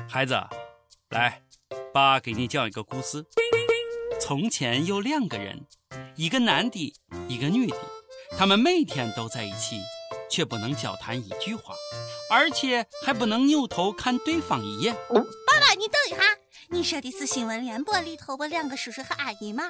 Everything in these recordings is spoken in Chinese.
孩子，来，爸给你讲一个故事。从前有2个人，一个男的，一个女的，他们每天都在一起，却不能交谈一句话，而且还不能扭头看对方一眼。 爸爸，你等一下，你说的是新闻联播里头的2个叔叔和阿姨吗？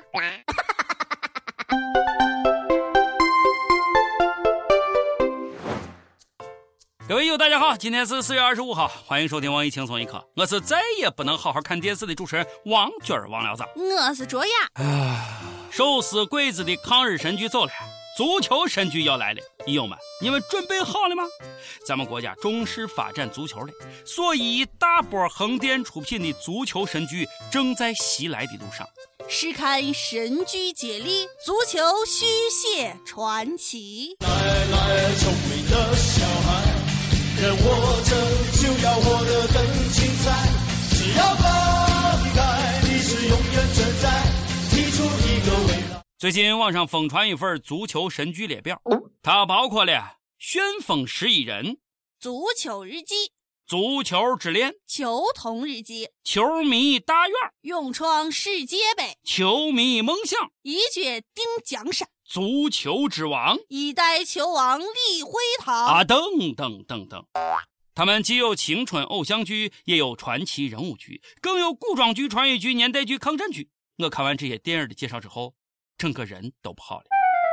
各位友大家好，今天是4月25号，欢迎收听网易轻松一刻，我是再也不能好好看电视的主持人王军王聊子。 我是卓雅。 手撕鬼子的抗日神剧走了，足球神剧要来了，友友们，你们准备好了吗？咱们国家重视发展足球了，所以大波横店出品的足球神剧正在袭来的路上。 试看神剧接力，足球续写传奇。 来聪明的小孩，人活着就要活得更精彩，只要把你开，你是永远存在，提出一个未来。 最近网上疯传一份足球神剧列表，它包括了旋风11人、 足球日记、 足球之恋、 球童日记、 球迷大院、 勇闯世界杯、 球迷梦想、 一决定江山、 足球之王、 一代球王李惠堂等等等等。他们既有青春偶像剧，也有传奇人物剧，更有古装剧、穿越剧、年代剧、抗战剧。我看完这些电影的介绍之后，整个人都不好了。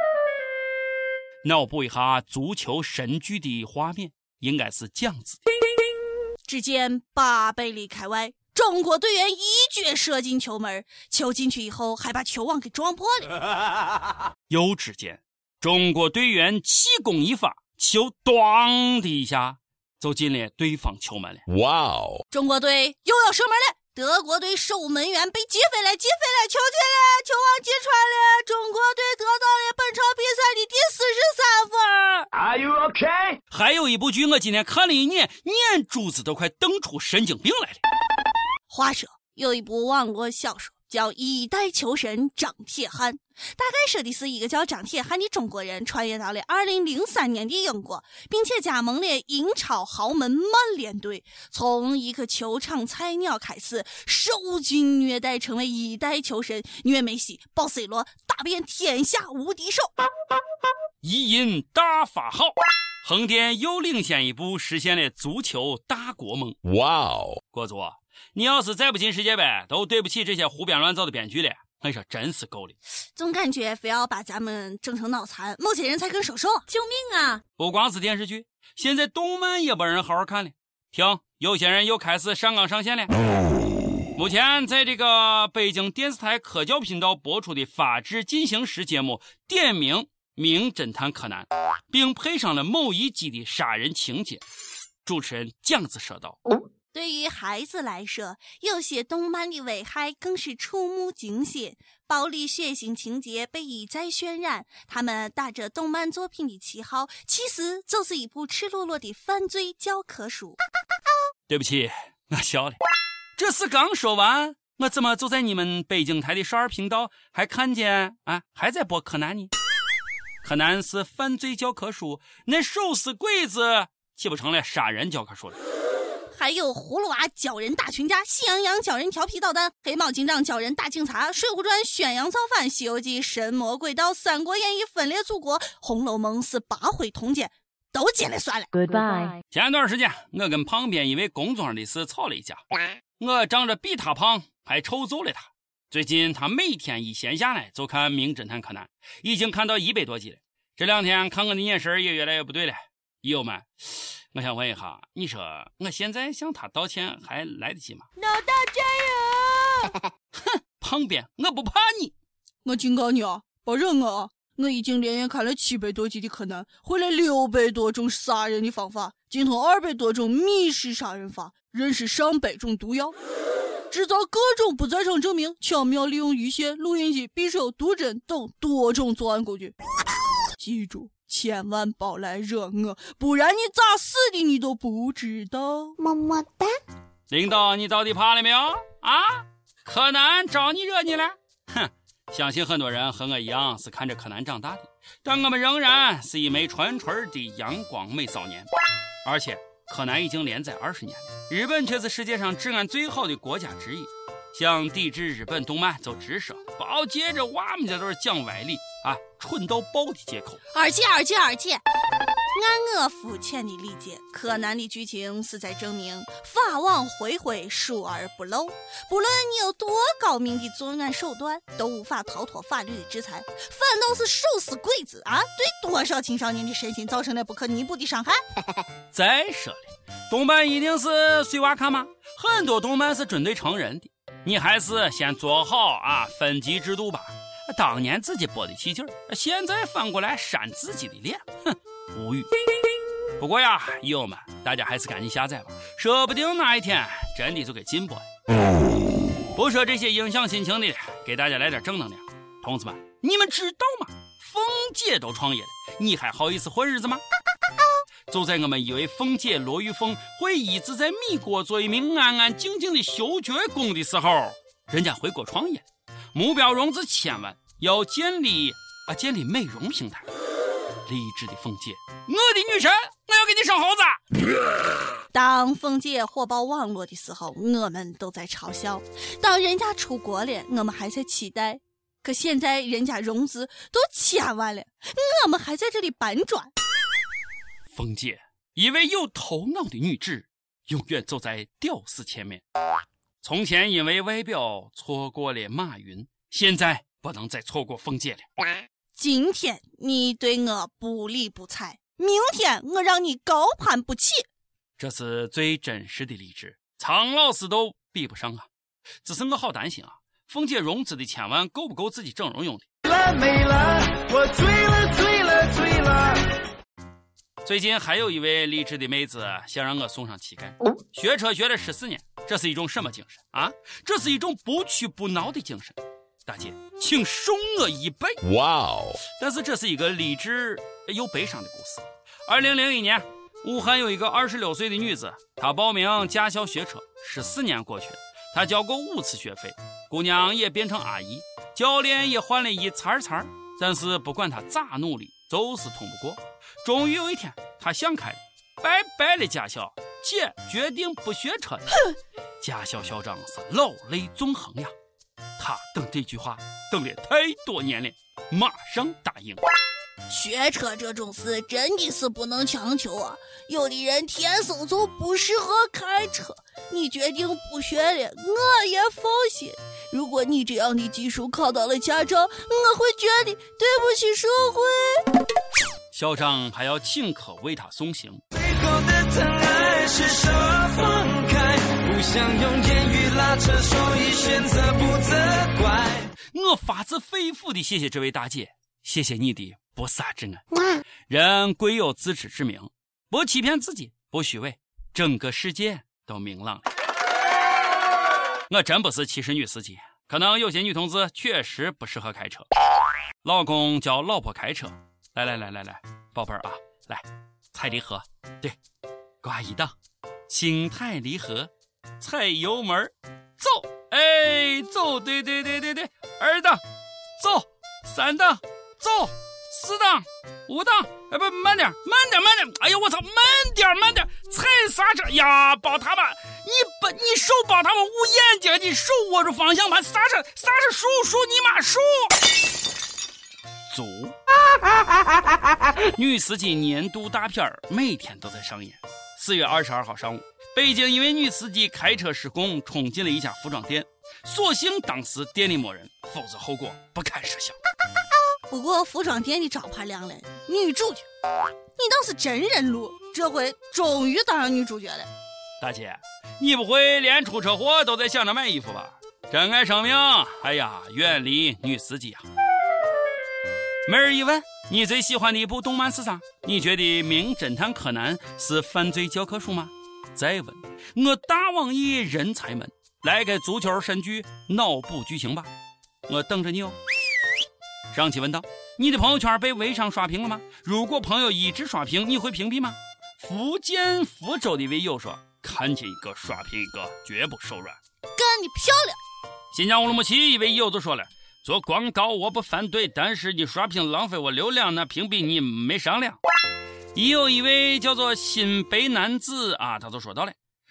脑补一下足球神剧的画面，应该是这样子的。 只见8百里开外，中国队员一脚射进球门，球进去以后还把球网给撞破了。 又只见中国队员气功一发，球咣的一下走进了对方球门了。 哇哦！ 中国队又要射门了，德国队守门员被击飞了，球进了，球网击穿了，中国队得到了本场比赛的第43分。 Are you okay？ 还有一部剧我今天看了一年，眼珠子都快瞪出神经病来了。 话说有一部网络小说叫《一代球神张铁汉》，大概说的是一个叫张铁汉的中国人穿越到了2003年的英国，并且加盟了英超豪门曼联队，从一个球场菜鸟开始，受尽虐待，成为一代球神，虐梅西、保 C 罗，打遍天下无敌手。 一因大法好，横店又领先一步，实现了足球大国梦。 哇哦！ 国足，你要是再不进世界杯，都对不起这些胡编乱造的编剧了。我说真是够了， 总感觉非要把咱们整成脑残，某些人才肯收手。救命啊！ 不光是电视剧，现在动漫也没人好好看了。听，有些人又开始上纲上线了。目前在这个北京电视台科教频道播出的《法制进行时》节目点名名侦探柯南，并配上了某一集的杀人情节。主持人这样子说道： 对于孩子来说，有些动漫的危害更是触目惊心，暴力血腥情节被一再渲染，他们打着动漫作品的旗号，其实就是一部赤裸裸的犯罪教科书。 对不起，我笑了。这事刚说完，我怎么就在你们北京台的12频道还看见还在播柯南呢？柯南是犯罪教科书，那手撕鬼子岂不成了杀人教科书了？ 还有葫芦娃教人打群架，喜羊羊教人调皮捣蛋，黑猫警长教人打警察，水浒传宣扬造反，西游记神魔鬼道，三国演义分裂祖国，红楼梦是8回通奸，都进来算了。 Goodbye。 前段时间我跟旁边一位工作上的事吵了一架，我长着比他胖，还臭揍了他。最近他每天一闲下来就看名侦探柯南，已经看到100多集了。这2天看我的眼神也越来越不对了。友友们，我想问一下，你说我现在向他道歉还来得及吗？ 脑大加油！ 哼，旁边我不怕你。 我警告你啊，别惹我啊！我已经连夜看了700多集的柯南，会了600多种杀人的方法，精通200多种密室杀人法，认识上百种毒药，制造各种不在场证明，巧妙利用鱼线、录音机、匕首、毒针等多种作案工具。记住，千万别来惹我，不然你咋死的你都不知道。么么哒。 领导，你到底怕了没有啊？柯南招你惹你了？哼，相信很多人和我一样是看着柯南长大的，但我们仍然是一枚纯纯的阳光美少年。而且柯南已经连载20年了， 日本却是世界上治安最好的国家之一。想抵制日本动漫就直说，别接着我们这都是讲歪理啊，蠢到爆的借口。 二姐，按我肤浅的理解，柯南的剧情是在证明法网恢恢，疏而不漏。不论你有多高明的作案手段，都无法逃脱法律的制裁，反倒是手撕鬼子啊，对多少青少年的身心造成了不可弥补的伤害。 再说了，动漫一定是随娃看吗？很多动漫是针对成人的，你还是先做好分级制度吧。当年自己播的起劲儿，现在反过来扇自己的脸，哼，无语。不过呀，友们，大家还是赶紧下载吧，说不定哪一天真的就给禁播了。不说这些影响心情的，给大家来点正能量。同志们，你们知道吗？凤姐都创业了，你还好意思混日子吗？就在我们以为凤姐罗玉凤会一直在米国做一名安安静静的修脚工的时候，人家回国创业，目标融资1000万，要建立美容平台。励志的凤姐，我的女神，我要给你生猴子。 当凤姐火爆网络的时候，我们都在嘲笑；当人家出国了，我们还在期待。可现在人家融资都1000万了，我们还在这里搬砖。 凤姐，一位有头脑的女子，永远走在屌丝前面。从前因为外表错过了马云，现在不能再错过凤姐了。 今天你对我不理不睬，明天我让你高攀不起。 这是最真实的励志，苍老师都比不上啊！只是我好担心啊，凤姐融资的1000万够不够自己整容用的？ 没了，我醉了。 最近还有一位励志的妹子想让我送上旗杆，学车学了14年，这是一种什么精神啊？这是一种不屈不挠的精神。大姐，请送我一杯。哇哦！但是这是一个励志又悲伤的故事。2001年，武汉有一个26岁的女子，她报名驾校学车，14年过去了，她交过5次学费，姑娘也变成阿姨，教练也换了一茬，但是不管她咋努力，就是通不过。终于有一天，她想开了，拜拜了驾校，姐决定不学车了。驾校校长是老泪纵横呀。他等这句话等了太多年了，马上答应。 学车这种事真的是不能强求啊，有的人天生就不适合开车。你决定不学了，我也放心。如果你这样的技术考到了驾照，我会觉得对不起社会。 校长还要请客为他送行。 最后的疼爱是舍放开，不想用言语拉扯，所以选择不责怪。 我发自肺腑地谢谢这位大姐，谢谢你的不杀之恩。人贵有自知之明，不欺骗自己，不虚伪，整个世界都明朗了。我真不是歧视女司机，可能有些女同志确实不适合开车。老公叫老婆开车，来，宝贝儿啊，来，踩离合，对，挂一档，轻踩离合，踩油门，走，哎，走，对，二档，走，3档，走，4档，5档，哎不，慢点，哎呀我操，慢点，踩刹车呀，宝他们，你手抱他们捂眼睛，你手握住方向盘，刹车数你妈数。足。女司机年度大片每天都在上演。4月22号上午，北京一位女司机开车失控，冲进了一家服装店，所幸当时店里没人，否则后果不堪设想。 不过服装店的招牌亮了，女主角，你倒是真认路，这回终于当上女主角了。 大姐，你不会连出车祸都在想着买衣服吧？珍爱生命，哎呀，远离女司机啊！没人一问，你最喜欢的一部动漫是啥？你觉得名侦探柯南是犯罪教科书吗？再问，我大网易人才们，来个足球神剧脑补剧情吧，我等着你哦。上期问道，你的朋友圈被微商刷屏了吗？如果朋友一直刷屏，你会屏蔽吗？福建福州的一位友说，看见一个刷屏一个，绝不手软。 干得漂亮！ 新疆乌鲁木齐一位友就说了，做广告我不反对，但是你刷屏浪费我流量，那屏蔽你没商量。也有一位叫做新北男子啊，他就说到了，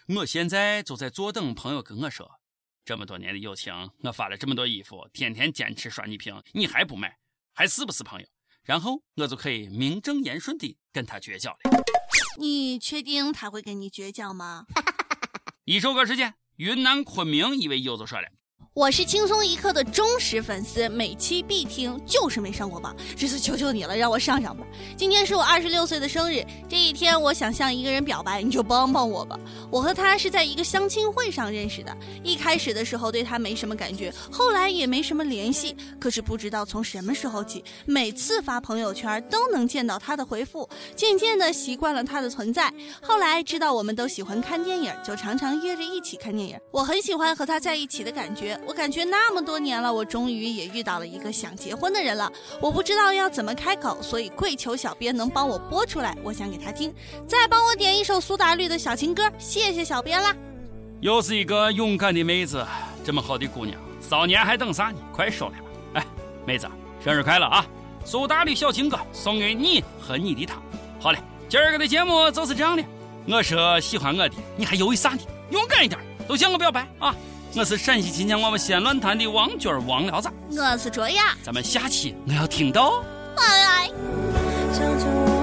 我现在就在坐等朋友跟我说，这么多年的友情，我发了这么多衣服，天天坚持刷你屏，你还不买，还是不是朋友？然后我就可以名正言顺地跟他绝交了。 你确定他会跟你绝交吗？ 一首歌时间，云南昆明一位友就说了， 我是轻松一刻的忠实粉丝，每期必听，就是没上过榜，这次求求你了，让我上上吧。今天是我26岁的生日，这一天我想向一个人表白，你就帮帮我吧。我和他是在一个相亲会上认识的，一开始的时候对他没什么感觉，后来也没什么联系，可是不知道从什么时候起，每次发朋友圈都能见到他的回复，渐渐的习惯了他的存在。后来知道我们都喜欢看电影，就常常约着一起看电影。我很喜欢和他在一起的感觉，我感觉那么多年了，我终于也遇到了一个想结婚的人了。我不知道要怎么开口，所以跪求小编能帮我播出来，我想给他听，再帮我点一首苏打绿的小情歌，谢谢小编啦。 又是一个勇敢的妹子，这么好的姑娘，少年还等啥呢？快收来吧！哎，妹子，生日快乐啊！苏打绿小情歌送给你和你的他。好嘞，今儿个的节目就是这样的。我说喜欢我的，你还犹豫啥呢？勇敢一点，都向我表白啊！我是陕西秦腔广播西安论坛的王军王聊子， 我是卓雅， 咱们下期我要听到。 拜拜。